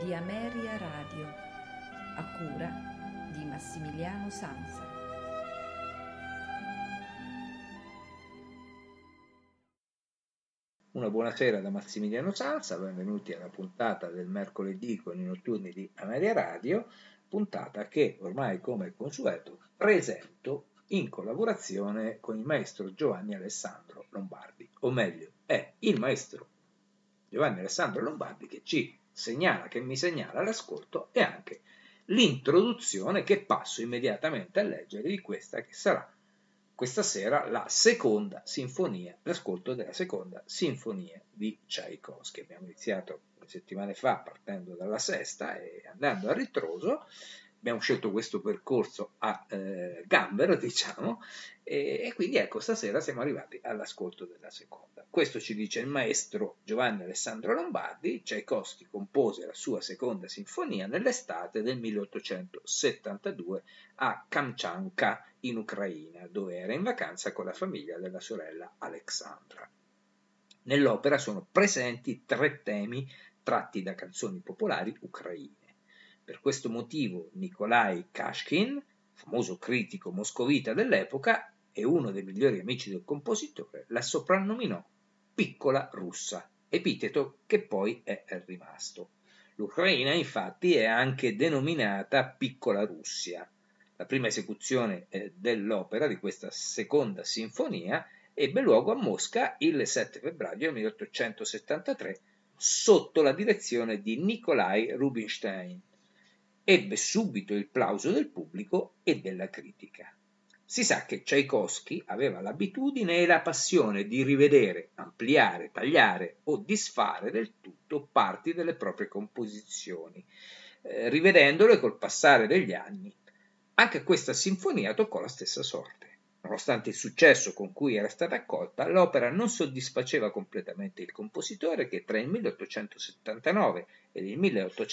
di Ameria Radio, a cura di Massimiliano Sanza. Una buonasera da Massimiliano Sanza, benvenuti alla puntata del mercoledì con i notturni di Ameria Radio, puntata che ormai come consueto presento in collaborazione con il maestro Giovanni Alessandro Lombardi, o meglio è il maestro Giovanni Alessandro Lombardi che mi segnala l'ascolto e anche l'introduzione che passo immediatamente a leggere di questa che sarà questa sera la seconda sinfonia, l'ascolto della seconda sinfonia di Tchaikovsky. Abbiamo iniziato settimane fa partendo dalla sesta e andando a ritroso. Abbiamo scelto questo percorso a gambero, diciamo, e quindi ecco, stasera siamo arrivati all'ascolto della seconda. Questo ci dice il maestro Giovanni Alessandro Lombardi. Tchaikovsky compose la sua seconda sinfonia nell'estate del 1872 a Kamchatka, in Ucraina, dove era in vacanza con la famiglia della sorella Alexandra. Nell'opera sono presenti 3 temi tratti da canzoni popolari ucraine. Per questo motivo Nikolai Kashkin, famoso critico moscovita dell'epoca e uno dei migliori amici del compositore, la soprannominò Piccola Russa, epiteto che poi è rimasto. L'Ucraina infatti è anche denominata Piccola Russia. La prima esecuzione dell'opera, di questa seconda sinfonia, ebbe luogo a Mosca il 7 febbraio 1873 sotto la direzione di Nikolai Rubinstein. Ebbe subito il plauso del pubblico e della critica. Si sa che Tchaikovsky aveva l'abitudine e la passione di rivedere, ampliare, tagliare o disfare del tutto parti delle proprie composizioni, rivedendole col passare degli anni. Anche questa sinfonia toccò la stessa sorte. Nonostante il successo con cui era stata accolta, l'opera non soddisfaceva completamente il compositore che tra il 1879 e il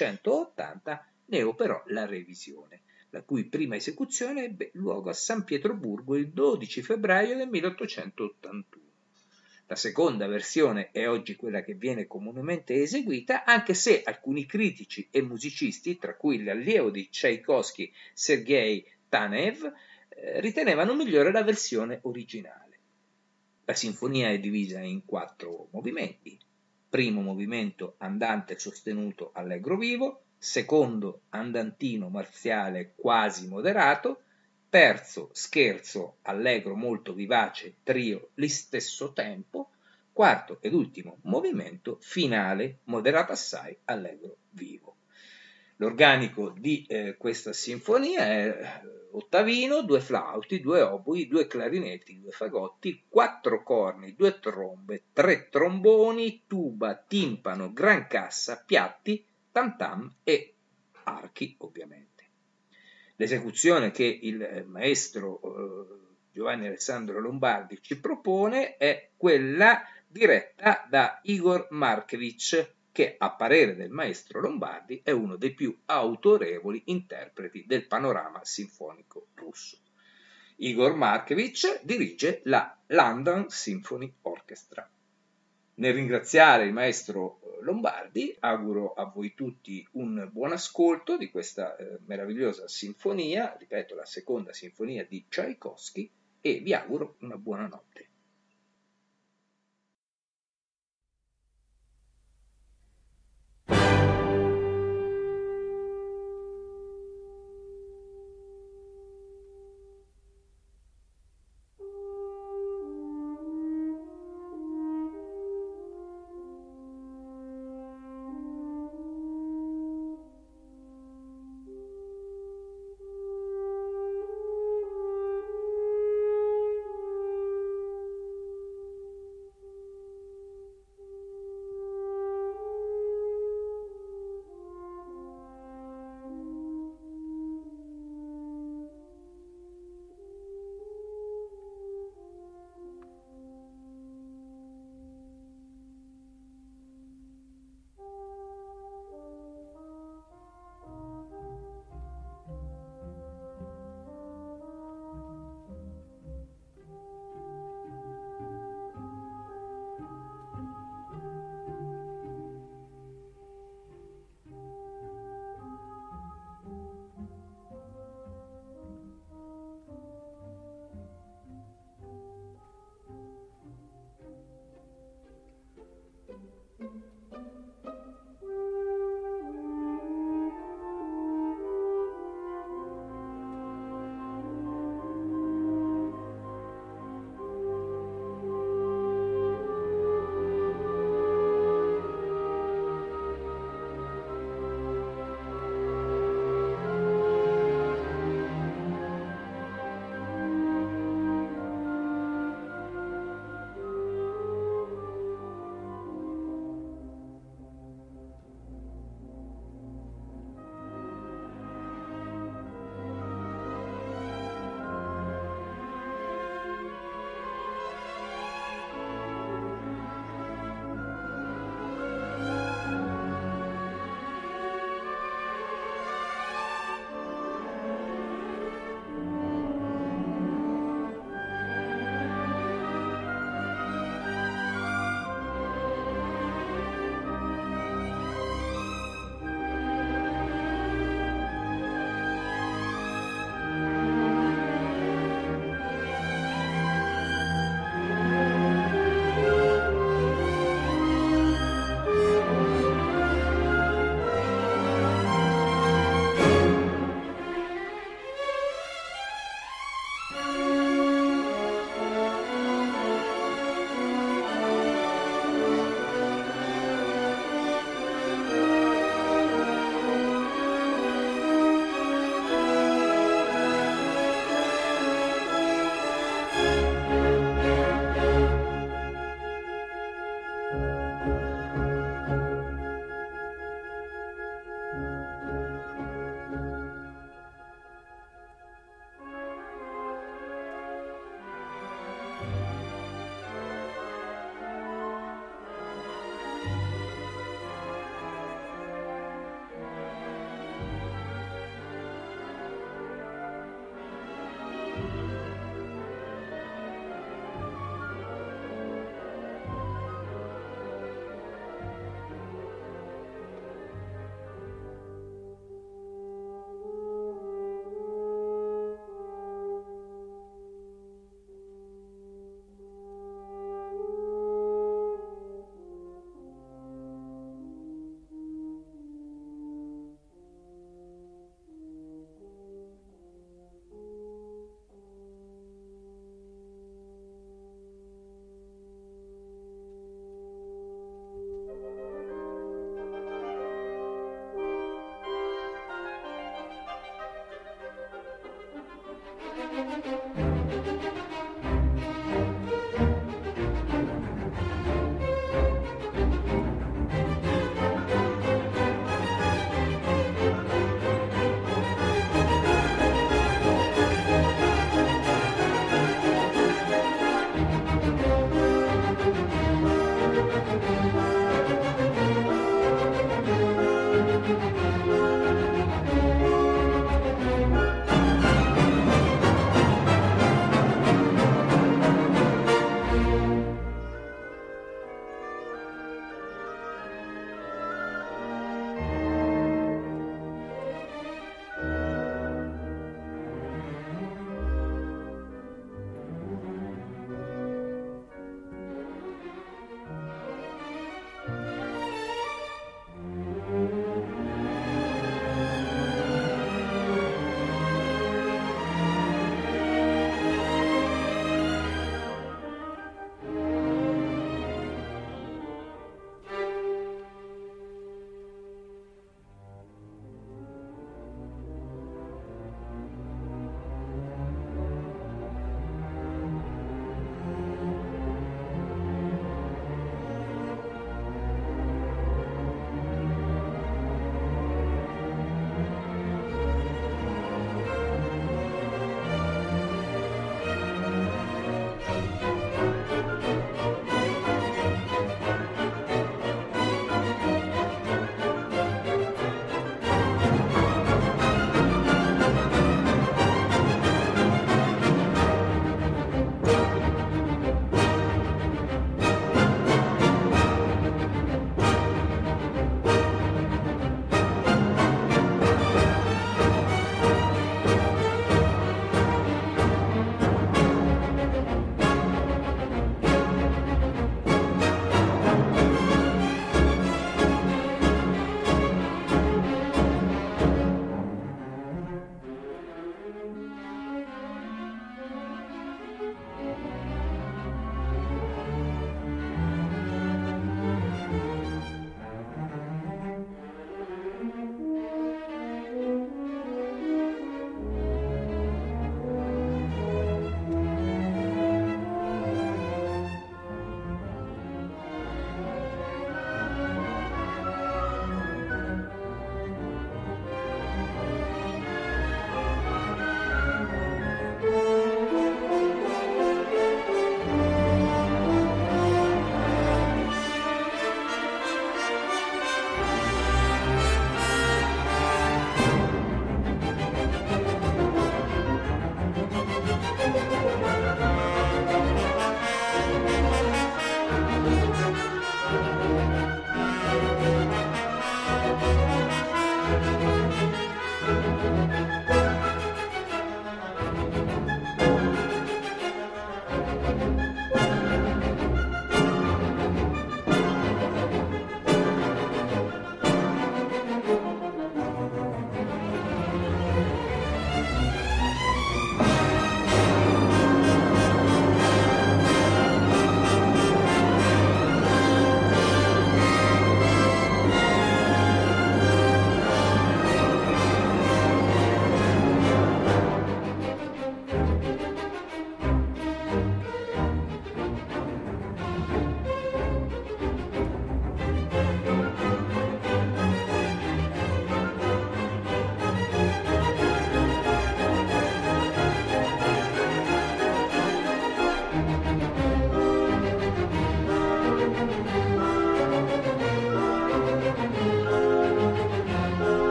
1880 ne operò la revisione, la cui prima esecuzione ebbe luogo a San Pietroburgo il 12 febbraio del 1881. La seconda versione è oggi quella che viene comunemente eseguita, anche se alcuni critici e musicisti, tra cui l'allievo di Tchaikovsky Sergei Tanev, ritenevano migliore la versione originale. La sinfonia è divisa in 4 movimenti. Primo movimento andante sostenuto allegro vivo, secondo andantino marziale quasi moderato, terzo scherzo allegro molto vivace trio stesso tempo, quarto ed ultimo movimento finale moderato assai allegro vivo. L'organico di questa sinfonia è ottavino, 2 flauti, 2 oboi, 2 clarinetti, 2 fagotti, 4 corni, 2 trombe, 3 tromboni, tuba, timpano, gran cassa, piatti, tam tam e archi, ovviamente. L'esecuzione che il maestro Giovanni Alessandro Lombardi ci propone è quella diretta da Igor Markevich, che a parere del maestro Lombardi è uno dei più autorevoli interpreti del panorama sinfonico russo. Igor Markevich dirige la London Symphony Orchestra. Nel ringraziare il maestro Lombardi, auguro a voi tutti un buon ascolto di questa meravigliosa sinfonia, ripeto, la seconda sinfonia di Tchaikovsky, e vi auguro una buona notte.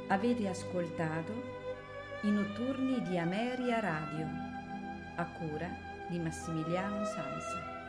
Avete ascoltato i notturni di Ameria Radio, a cura di Massimiliano Sansa.